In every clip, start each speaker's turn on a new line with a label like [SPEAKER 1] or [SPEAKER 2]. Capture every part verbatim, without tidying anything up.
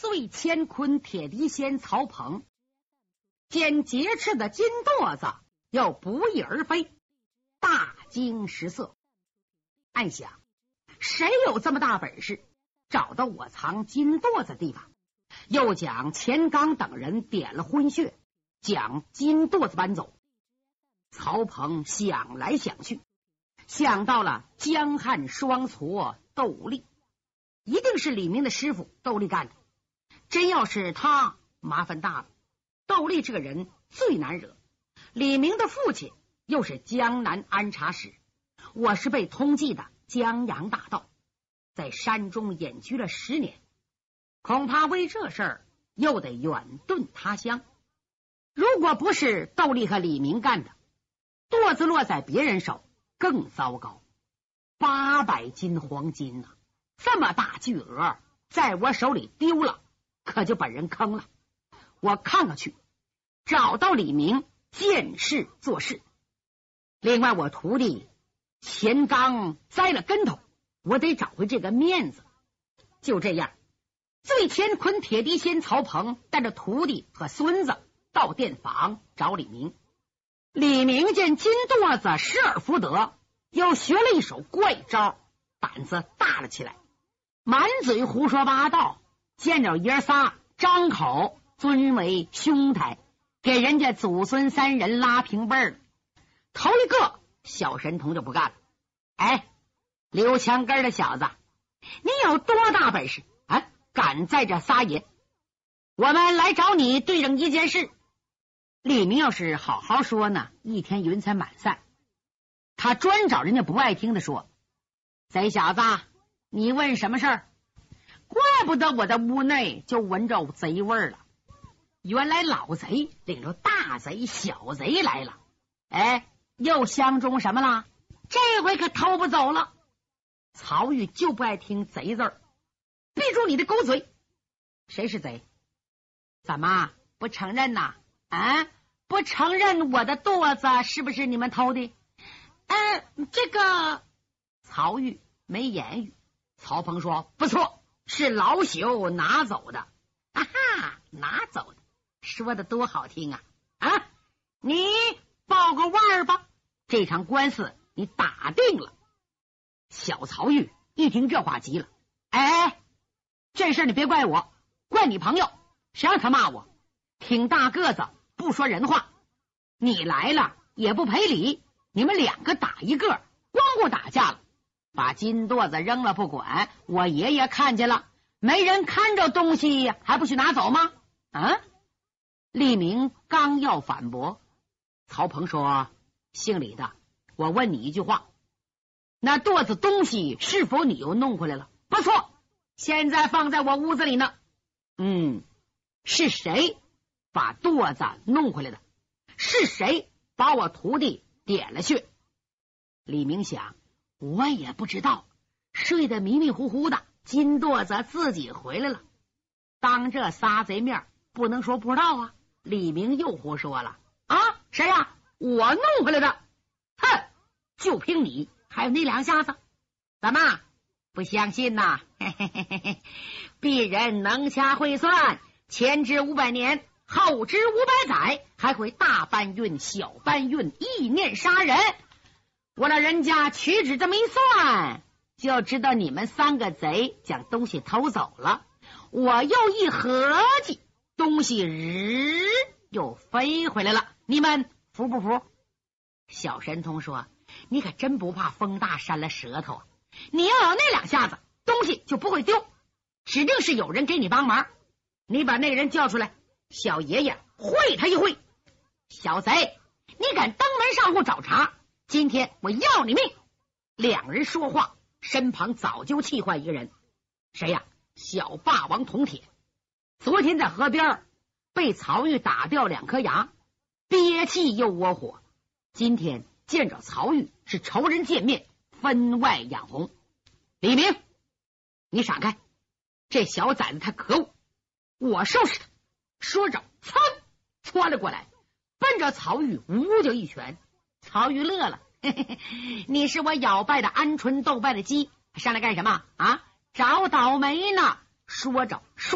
[SPEAKER 1] 最乾坤铁笛仙曹鹏见劫持的金垛子又不翼而飞，大惊失色，暗想谁有这么大本事找到我藏金垛子地方，又将钱刚等人点了昏穴，将金垛子搬走。曹鹏想来想去，想到了江汉双矬窦立，一定是李明的师傅窦立干的。真要是他，麻烦大了。窦立这个人最难惹，李明的父亲又是江南安察使，我是被通缉的江洋大盗，在山中隐居了十年，恐怕为这事儿又得远遁他乡。如果不是窦立和李明干的，垛子落在别人手更糟糕。八百斤黄金呐、啊，这么大巨额在我手里丢了，可就把人坑了。我看看去，找到李明，见事做事。另外我徒弟钱刚栽了跟头，我得找回这个面子。就这样，最乾坤铁笛仙曹鹏带着徒弟和孙子到店房找李明。李明见金垛子失而复得，又学了一手怪招，胆子大了起来，满嘴胡说八道，见着爷仨张口尊为兄台，给人家祖孙三人拉平辈儿。头一个小神童就不干了，哎，刘强根的小子，你有多大本事啊？敢在这撒野？我们来找你对证一件事。李明要是好好说呢，一天云彩满散，他专找人家不爱听的说。贼小子，你问什么事儿？怪不得我的屋内就闻着贼味儿了，原来老贼领着大贼小贼来了。哎，又相中什么了？这回可偷不走了。曹玉就不爱听贼字儿，闭住你的狗嘴。谁是贼？怎么不承认呐？啊，不承认我的垛子是不是你们偷的？嗯、呃，这个曹玉没言语。曹鹏说不错，是老朽拿走的。啊哈，拿走的，说的多好听啊！啊，你报个腕儿吧，这场官司你打定了。小曹玉一听这话急了，哎，这事你别怪我，怪你朋友，谁让他骂我？挺大个子不说人话，你来了也不赔礼，你们两个打一个，光顾打架了，把金垛子扔了不管，我爷爷看见了，没人看着东西还不许拿走吗？啊！李明刚要反驳，曹鹏说：姓李的，我问你一句话，那垛子东西是否你又弄回来了？不错，现在放在我屋子里呢。嗯，是谁把垛子弄回来的？是谁把我徒弟点了穴？李明想，我也不知道，睡得迷迷糊糊的，金垛子自己回来了。当这仨贼面不能说不知道啊。李明又胡说了啊！谁呀、啊？我弄回来的。哼，就凭你还有那两下子，怎么不相信呐？嘿嘿嘿嘿嘿，鄙人能掐会算，前知五百年，后知五百载，还会大搬运小搬运，意念杀人。我老人家屈指这么一算，就知道你们三个贼将东西偷走了。我又一合计，东西日又飞回来了，你们服不服？小神童说：你可真不怕风大扇了舌头啊！你要有那两下子，东西就不会丢，指定是有人给你帮忙。你把那个人叫出来，小爷爷会他一会。小贼，你敢登门上户找茬，今天我要你命！两人说话，身旁早就气坏一个人。谁呀？小霸王铜铁。昨天在河边被曹玉打掉两颗牙，憋气又窝火。今天见着曹玉是仇人见面，分外眼红。李明，你闪开！这小崽子他可恶，我收拾他！说着，噌窜了过来，奔着曹玉呜就一拳。曹玉乐了，嘿嘿嘿，你是我咬败的鹌鹑斗败的鸡，上来干什么啊？找倒霉呢！说着，唰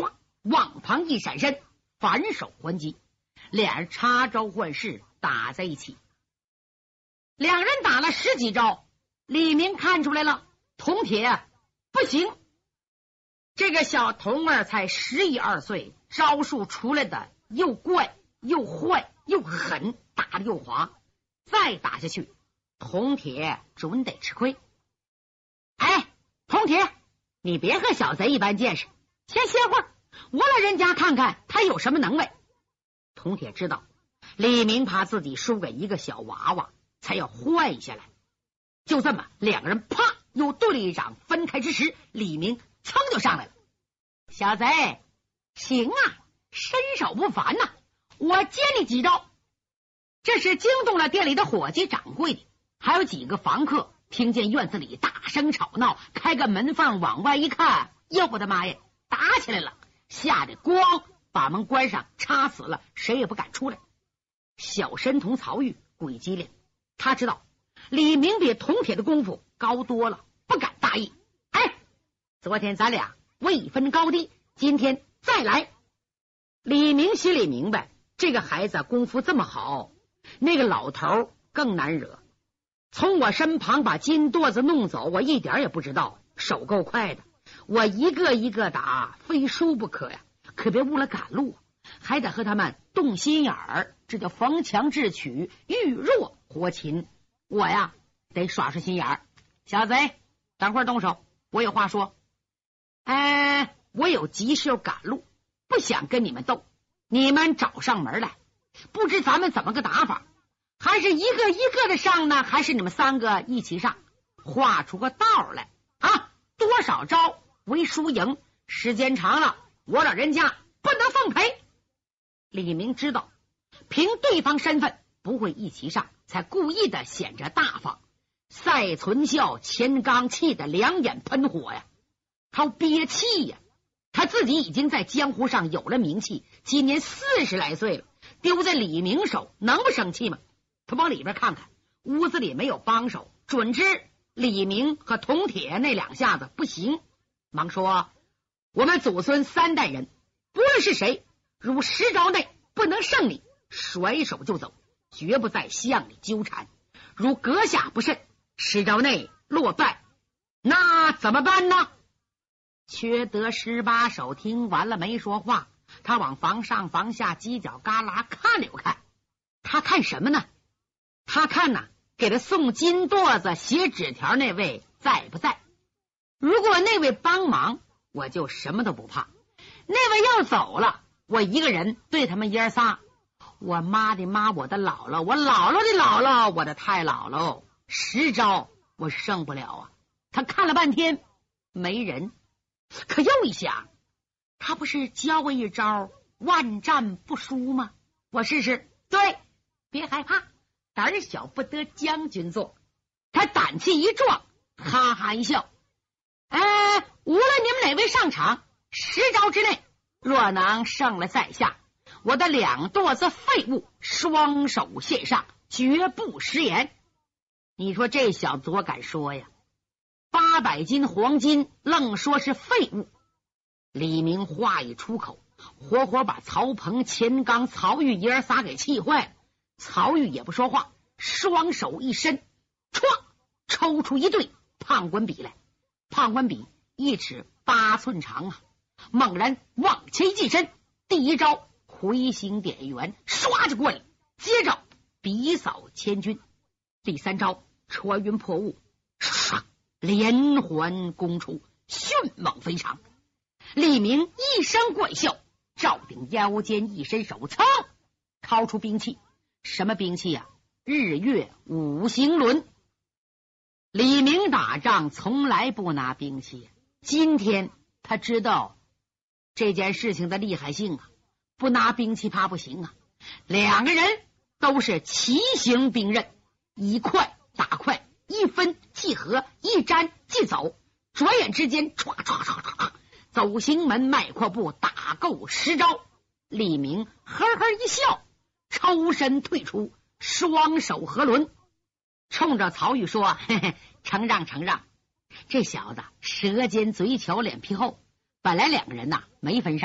[SPEAKER 1] 往旁一闪身，反手还击，俩人插招换式打在一起。两人打了十几招，李明看出来了，铜铁不行。这个小童儿才十一二岁，招数出来的又怪又坏又狠，打的又滑，再打下去，铜铁准得吃亏。哎，铜铁，你别和小贼一般见识，先歇会儿，我老人家看看他有什么能耐。铜铁知道李明怕自己输给一个小娃娃，才要换下来。就这么两个人啪又对了一掌，分开之时，李明噌就上来了。小贼，行啊，身手不凡呐、啊，我接你几招。这是惊动了店里的伙计掌柜的，还有几个房客听见院子里大声吵闹，开个门缝往外一看，哟我的妈呀，打起来了，吓得咣把门关上，插死了，谁也不敢出来。小神童曹玉鬼机灵，他知道李明比铜铁的功夫高多了，不敢大意。哎，昨天咱俩未分高低，今天再来。李明心里明白，这个孩子功夫这么好，那个老头更难惹。从我身旁把金垛子弄走，我一点也不知道，手够快的，我一个一个打，非输不可呀，可别误了赶路，还得和他们动心眼儿，这叫逢强智取，遇弱活擒。我呀得耍耍心眼儿。小贼，等会儿动手，我有话说。哎，我有急事赶路，不想跟你们斗，你们找上门来，不知咱们怎么个打法？还是一个一个的上呢，还是你们三个一起上？画出个道来啊！多少招为输赢，时间长了，我老人家不能奉陪。李明知道凭对方身份不会一起上，才故意的显着大方。赛存孝钱刚气的两眼喷火呀，他憋气呀，他自己已经在江湖上有了名气，今年四十来岁了，丢在李明手，能不生气吗？他往里边看看，屋子里没有帮手，准知李明和铜铁那两下子不行，忙说：我们祖孙三代人，不论是谁，如十招内不能胜你，甩手就走，绝不再向里纠缠。如阁下不慎，十招内落败，那怎么办呢？缺德十八手听完了没说话，他往房上房下犄角旮旯看了又看，他看什么呢？他看呐、啊，给他送金垛子写纸条那位在不在？如果那位帮忙，我就什么都不怕；那位要走了，我一个人对他们爷仨，我妈的妈，我的姥姥，我姥姥的姥姥，我的太姥姥，十招我胜不了啊！他看了半天没人，可又一想，他不是教我一招万战不输吗？我试试。对，别害怕，胆小不得将军做。他胆气一壮，哈哈一笑。呃，无论你们哪位上场，十招之内若能胜了在下，我的两垛子废物双手献上，绝不食言。你说这小子多敢说呀，八百斤黄金愣说是废物。李明话一出口，活活把曹鹏、钱刚、曹玉爷儿仨给气坏了。曹玉也不说话，双手一伸，唰抽出一对胖棍笔来。胖棍笔一尺八寸长啊，猛然往前一伸，第一招回形点圆，唰就过来，接着笔扫千军，第三招穿云破雾，唰连环攻出，迅猛非常。李明一声怪笑，赵鼎腰间一伸手，噌掏出兵器。什么兵器啊？日月五行轮。李明打仗从来不拿兵器，今天他知道这件事情的厉害性啊，不拿兵器怕不行啊。两个人都是奇形兵刃，一快打快，一分即合，一粘即走，转眼之间唰唰唰唰，走行门迈阔步，打够十招。李明呵呵一笑，抽身退出，双手合抡，冲着曹玉说：嘿嘿，承让承让。这小子舌尖嘴巧脸皮厚，本来两个人呐没分上下，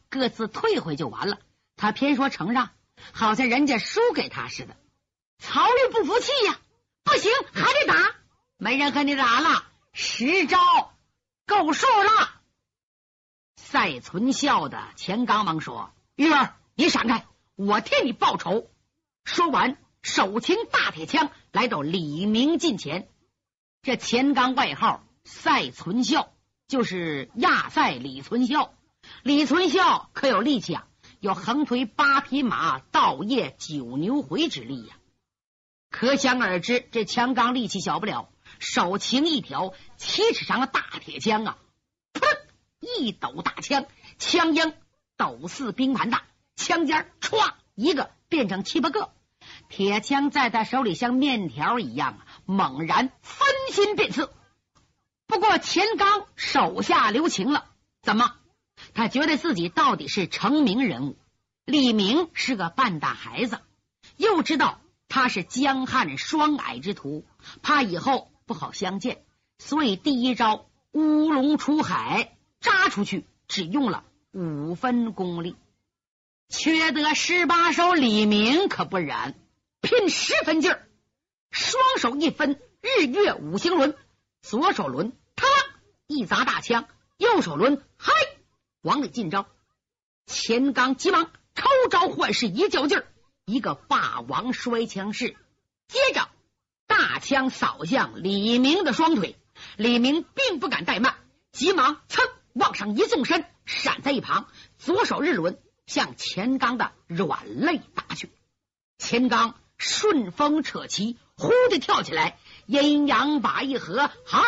[SPEAKER 1] 各自退回就完了。他偏说承让，好像人家输给他似的。曹律不服气呀，不行，还得打，没人和你打了，十招够数了。赛存孝的钱刚忙说：“玉儿，你闪开，我替你报仇。”说完，手擎大铁枪来到李明近前。这钱刚外号赛存孝，就是亚赛李存孝。李存孝可有力气啊，有横推八匹马、倒夜九牛回之力呀、啊。可想而知，这钱刚力气小不了，手擎一条七尺长的大铁枪啊，噗，一抖大枪，枪缨抖似冰盘大，枪尖歘一个变成七八个，铁枪在他手里像面条一样啊，猛然分心变刺。不过钱刚手下留情了，怎么？他觉得自己到底是成名人物，李明是个半大孩子，又知道他是江汉双矮之徒，怕以后不好相见，所以第一招乌龙出海扎出去，只用了五分功力。缺德十八手李明可不然，拼十分劲儿，双手一分日月五行轮，左手轮他一砸大枪，右手轮嗨往里进招。钱刚急忙抽招换式一较劲儿，一个霸王摔枪式，接着大枪扫向李明的双腿。李明并不敢怠慢，急忙噌往上一纵身，闪在一旁，左手日轮向钱刚的软肋打去。钱刚顺风扯旗，忽地跳起来，阴阳把一合，嗨！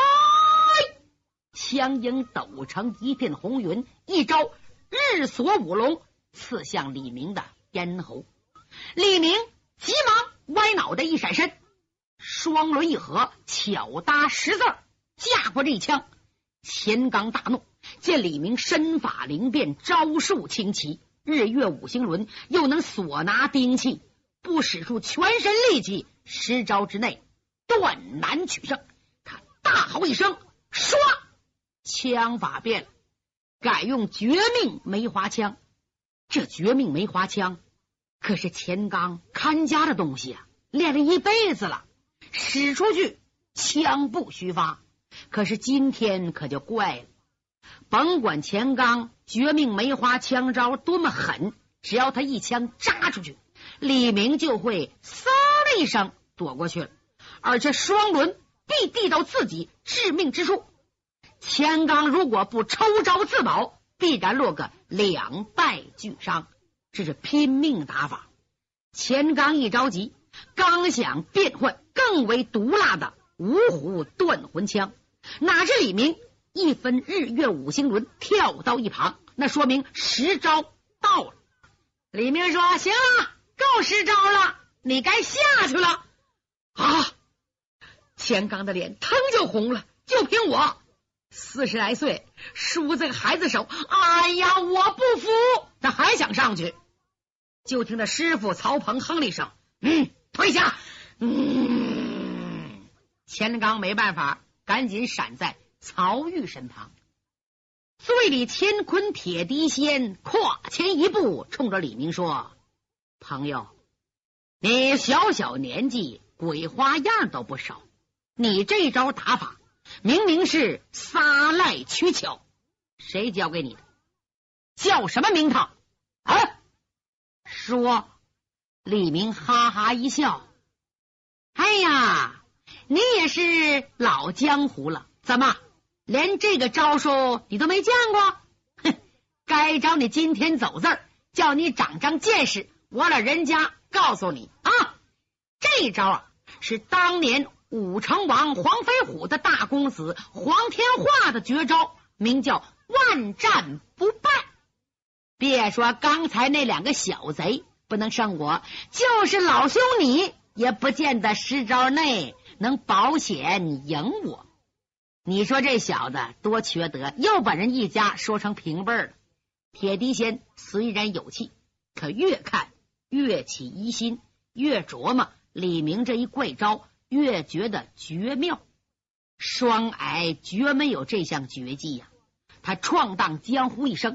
[SPEAKER 1] 枪缨抖成一片红云，一招日锁五龙刺向李明的咽喉。李明急忙歪脑袋一闪身，双轮一合，巧搭十字架过这一枪。钱刚大怒，见李明身法灵便，招数清奇，日月五行轮又能所拿兵器，不使出全身力气，十招之内断难取胜。他大吼一声，唰，枪法变了，改用绝命梅花枪。这绝命梅花枪可是钱刚看家的东西啊，练了一辈子了，使出去枪不虚发。可是今天可就怪了，甭管钱刚绝命梅花枪招多么狠，只要他一枪扎出去，李明就会嗖的一声躲过去了，而这双轮必递到自己致命之处。钱刚如果不抽招自保，必然落个两败俱伤，这是拼命打法。钱刚一着急，刚想变换更为毒辣的五虎断魂枪，哪知李明一分日月五行轮跳到一旁，那说明十招到了。李明说：“行了，够十招了，你该下去了。”啊！钱刚的脸腾就红了，就凭我四十来岁输这个孩子手，哎呀，我不服！他还想上去，就听他师傅曹鹏哼了一声：“嗯，退下。”嗯，钱刚没办法，赶紧闪在曹玉身旁。醉里乾坤铁笛仙跨前一步，冲着李明说：“朋友，你小小年纪，鬼花样都不少，你这招打法明明是撒赖取巧，谁教给你的？叫什么名堂？”啊！说，李明哈哈一笑：“哎呀，你也是老江湖了，怎么连这个招数你都没见过？哼，该找你今天走字儿，叫你长长见识。我老人家告诉你啊，这招啊是当年武成王黄飞虎的大公子黄天化的绝招，名叫万战不败。别说刚才那两个小贼不能胜我，就是老兄你也不见得十招内能保险赢我。你说这小子多缺德，又把人一家说成平辈了。”铁笛仙虽然有气，可越看越起疑心，越琢磨李明这一怪招，越觉得绝妙。双矮绝没有这项绝技呀、啊！他闯荡江湖一生，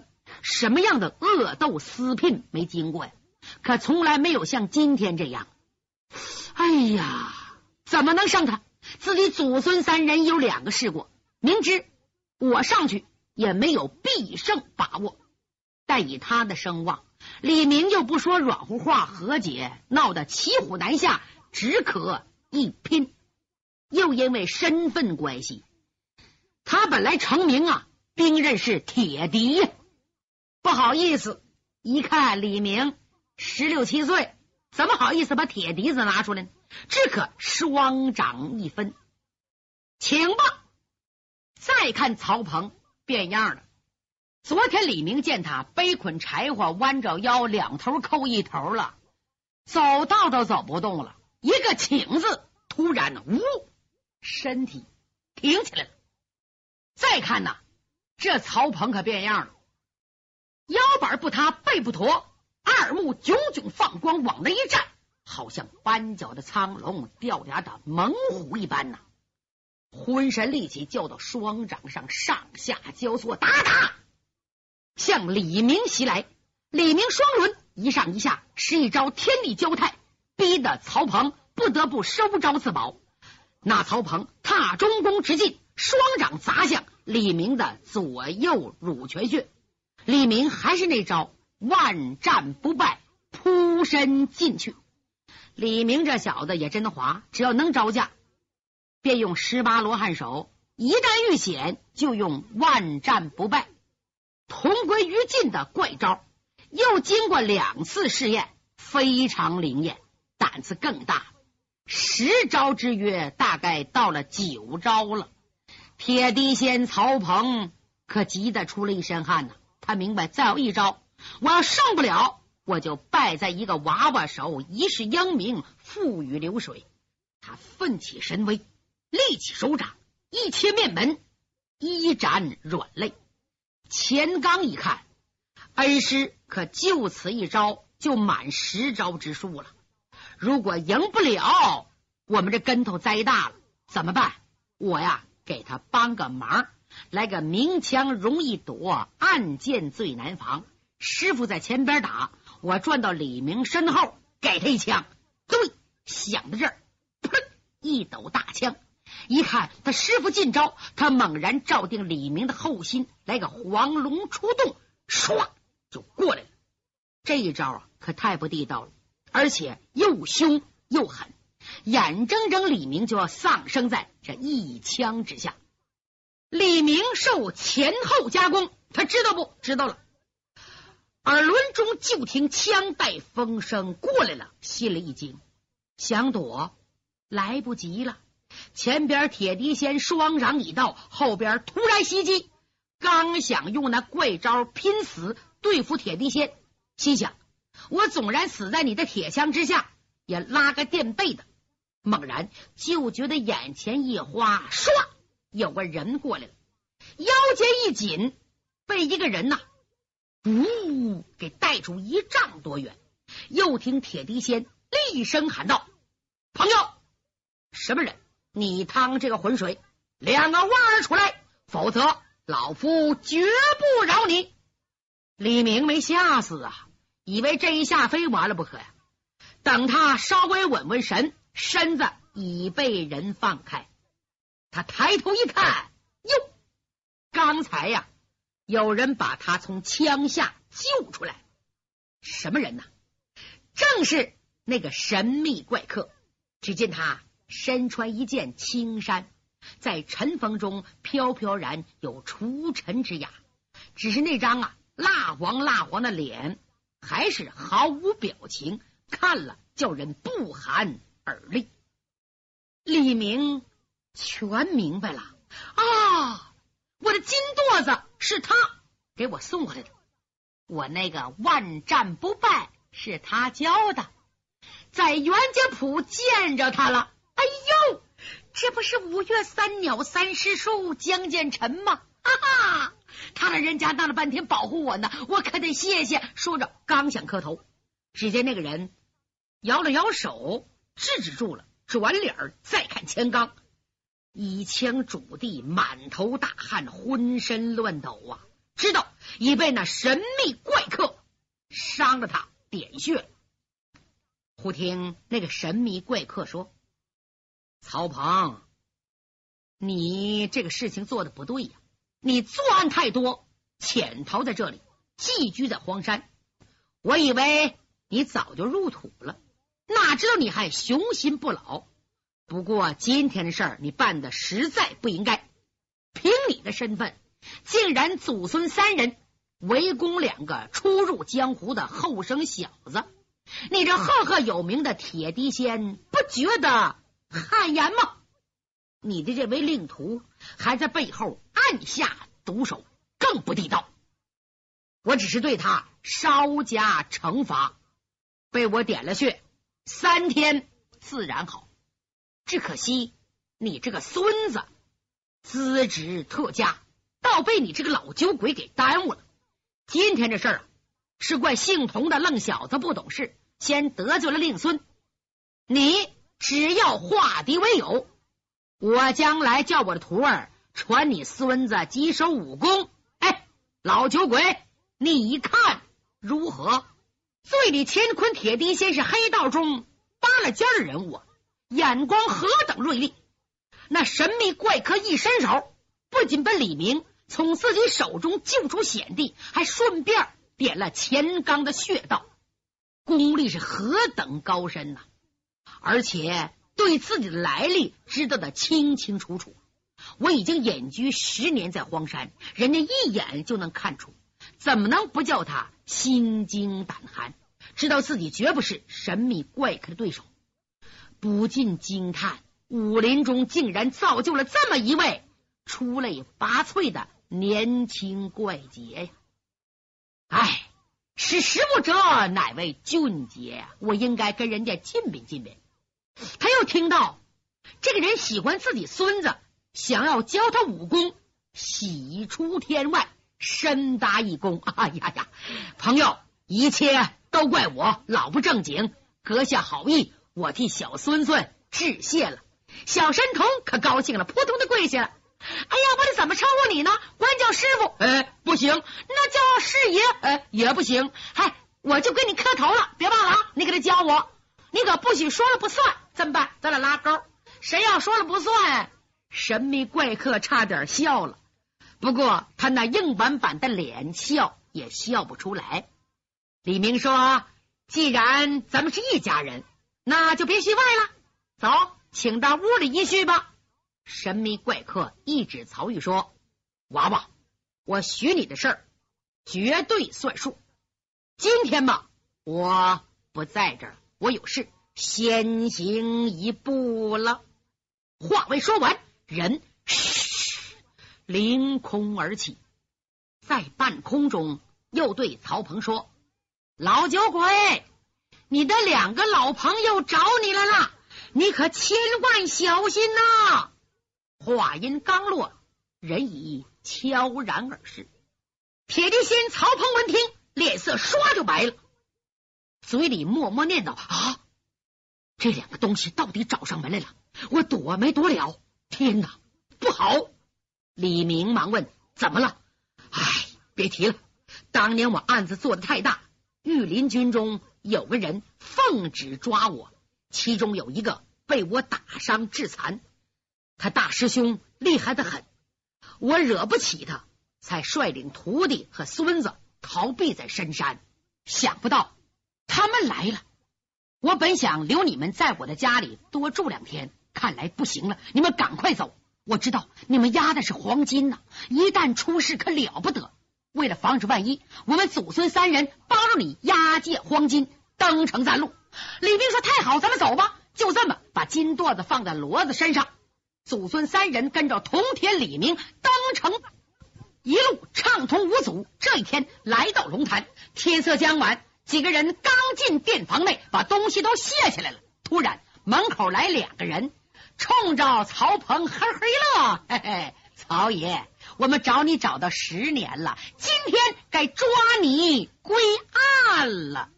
[SPEAKER 1] 什么样的恶斗私聘没经过呀？可从来没有像今天这样。哎呀，怎么能胜他？自己祖孙三人有两个试过，明知我上去也没有必胜把握，但以他的声望，李明又不说软乎话和解，闹得骑虎难下，只可一拼。又因为身份关系，他本来成名啊，兵刃是铁笛呀。不好意思，一看李明十六七岁，怎么好意思把铁笛子拿出来呢？只可双掌一分，请吧。再看曹鹏变样了。昨天李明见他背捆柴火，弯着腰，两头扣一头了，走道都走不动了，一个请字，突然呢，呜，身体挺起来了。再看呐，这曹鹏可变样了，腰板不塌，背不驼，二目炯炯放光，往那一站，好像斑角的苍龙，掉牙的猛虎一般呐、啊！浑身力气叫到双掌上，上下交错，打打向李明袭来。李明双轮一上一下，是一招天地交泰，逼得曹鹏不得不收招自保。那曹鹏踏中宫直进，双掌砸向李明的左右乳泉穴。李明还是那招万战不败，扑身进去。李明这小子也真滑，只要能招架，便用十八罗汉手，一旦遇险就用万战不败，同归于尽的怪招。又经过两次试验，非常灵验，胆子更大，十招之约大概到了九招了。铁笛仙曹鹏可急得出了一身汗呢。他明白再有一招，我要胜不了，我就败在一个娃娃手，一世英名，付与流水。他奋起神威，立起手掌，一贴面门，一展软肋。钱刚一看，恩师可就此一招就满十招之数了，如果赢不了，我们这跟头栽大了，怎么办？我呀给他帮个忙，来个明枪容易躲，暗箭最难防。师傅在前边打，我转到李明身后，给他一枪。对，想到这儿，砰，一抖大枪。一看他师傅进招，他猛然照定李明的后心，来个黄龙出洞，唰就过来了。这一招啊，可太不地道了，而且又凶又狠，眼睁睁李明就要丧生在这一枪之下。李明受前后夹攻，他知道不知道了？耳轮中就听枪带风声过来了，心里一惊，想躲来不及了。前边铁笛仙双掌已到，后边突然袭击，刚想用那怪招拼死对付铁笛仙，心想我总然死在你的铁枪之下，也拉个垫背的。猛然就觉得眼前一花，唰，有个人过来了，腰间一紧，被一个人呐、啊，呜给带出一丈多远。又听铁笛仙厉声喊道：“朋友，什么人？你趟这个浑水，两个腕儿出来，否则老夫绝不饶你！”李明没吓死啊，以为这一下非完了不可呀。等他稍微稳稳神，身子已被人放开。他抬头一看，哟，刚才呀，有人把他从枪下救出来。什么人呢？正是那个神秘怪客。只见他身穿一件青衫，在尘风中飘飘然有除尘之雅，只是那张啊蜡黄蜡黄的脸还是毫无表情，看了叫人不寒而栗。李明全明白了啊，我的金垛子是他给我送回来的，我那个万战不败是他教的，在袁家堡见着他了。哎呦，这不是五岳三鸟三尸树江建成吗？哈哈，他老人家闹了半天保护我呢，我可得谢谢。说着刚想磕头，只见那个人摇了摇手制止住了，转脸再看钱刚，一枪拄地，满头大汗，浑身乱抖啊，知道已被那神秘怪客伤了他点穴。忽听那个神秘怪客说：“曹鹏，你这个事情做的不对呀！你作案太多，潜逃在这里，寄居在荒山。我以为你早就入土了，哪知道你还雄心不老。不过今天的事儿，你办的实在不应该。凭你的身份，竟然祖孙三人围攻两个初入江湖的后生小子，你这赫赫有名的铁笛仙不觉得汗颜吗？你的这位令徒还在背后暗下毒手，更不地道。我只是对他稍加惩罚，被我点了穴，三天自然好。只可惜你这个孙子资质特佳，倒被你这个老酒鬼给耽误了。今天这事儿啊，是怪姓童的愣小子不懂事，先得罪了令孙。你只要化敌为友，我将来叫我的徒儿传你孙子几手武功。哎，老酒鬼，你一看如何？醉里乾坤铁笛仙是黑道中拔了尖的人物，眼光何等锐利！那神秘怪客一伸手，不仅把李明从自己手中救出险地，还顺便点了钱刚的穴道，功力是何等高深呐、啊！而且对自己的来历知道的清清楚楚。我已经隐居十年在荒山，人家一眼就能看出，怎么能不叫他心惊胆寒，知道自己绝不是神秘怪客的对手。不禁惊叹，武林中竟然造就了这么一位出类拔萃的年轻怪杰呀！哎，识时务者乃为俊杰呀！我应该跟人家进禀进禀。他又听到这个人喜欢自己孙子，想要教他武功，喜出天外，深大一功。哎呀呀，朋友，一切都怪我老不正经，阁下好意，我替小孙孙致谢了。小神童可高兴了，扑通的跪下了。哎呀，我得怎么称呼你呢？管叫师傅？哎，不行。那叫师爷？哎，也不行。嗨，我就给你磕头了，别忘了啊，你给他教我，你可不许说了不算。怎么办？咱俩拉钩。谁要说了不算？神秘怪客差点笑了，不过他那硬板板的脸笑也笑不出来。李明说：“既然咱们是一家人，那就别戏外了，走，请到屋里一叙吧。”神秘怪客一指曹玉说：“娃娃，我许你的事儿绝对算数。今天吧，我不在这儿，我有事，先行一步了。”话未说完，人嘘凌空而起，在半空中又对曹鹏说：“老酒鬼，你的两个老朋友找你来了，你可千万小心呐！”话音刚落，人已悄然而逝。铁笛仙曹鹏闻听，脸色唰就白了，嘴里默默念叨：“啊，这两个东西到底找上门来了，我躲没躲了？天哪，不好！”李明忙问：“怎么了？”“哎，别提了，当年我案子做得太大，御林军中有个人奉旨抓我，其中有一个被我打伤致残。他大师兄厉害得很，我惹不起他，才率领徒弟和孙子逃避在深山。想不到他们来了，我本想留你们在我的家里多住两天，看来不行了，你们赶快走。我知道你们押的是黄金呐、啊，一旦出事可了不得。为了防止万一，我们祖孙三人帮着你押解黄金，登城占路。”李明说：“太好，咱们走吧。”就这么把金垛子放在骡子身上，祖孙三人跟着同田李明登城，一路畅通无阻。这一天来到龙潭，天色将晚，几个人刚进店房内，把东西都卸下来了。突然门口来两个人，冲着曹鹏呵呵一乐：“嘿嘿，曹爷，我们找你找到十年了，今天该抓你归案了。”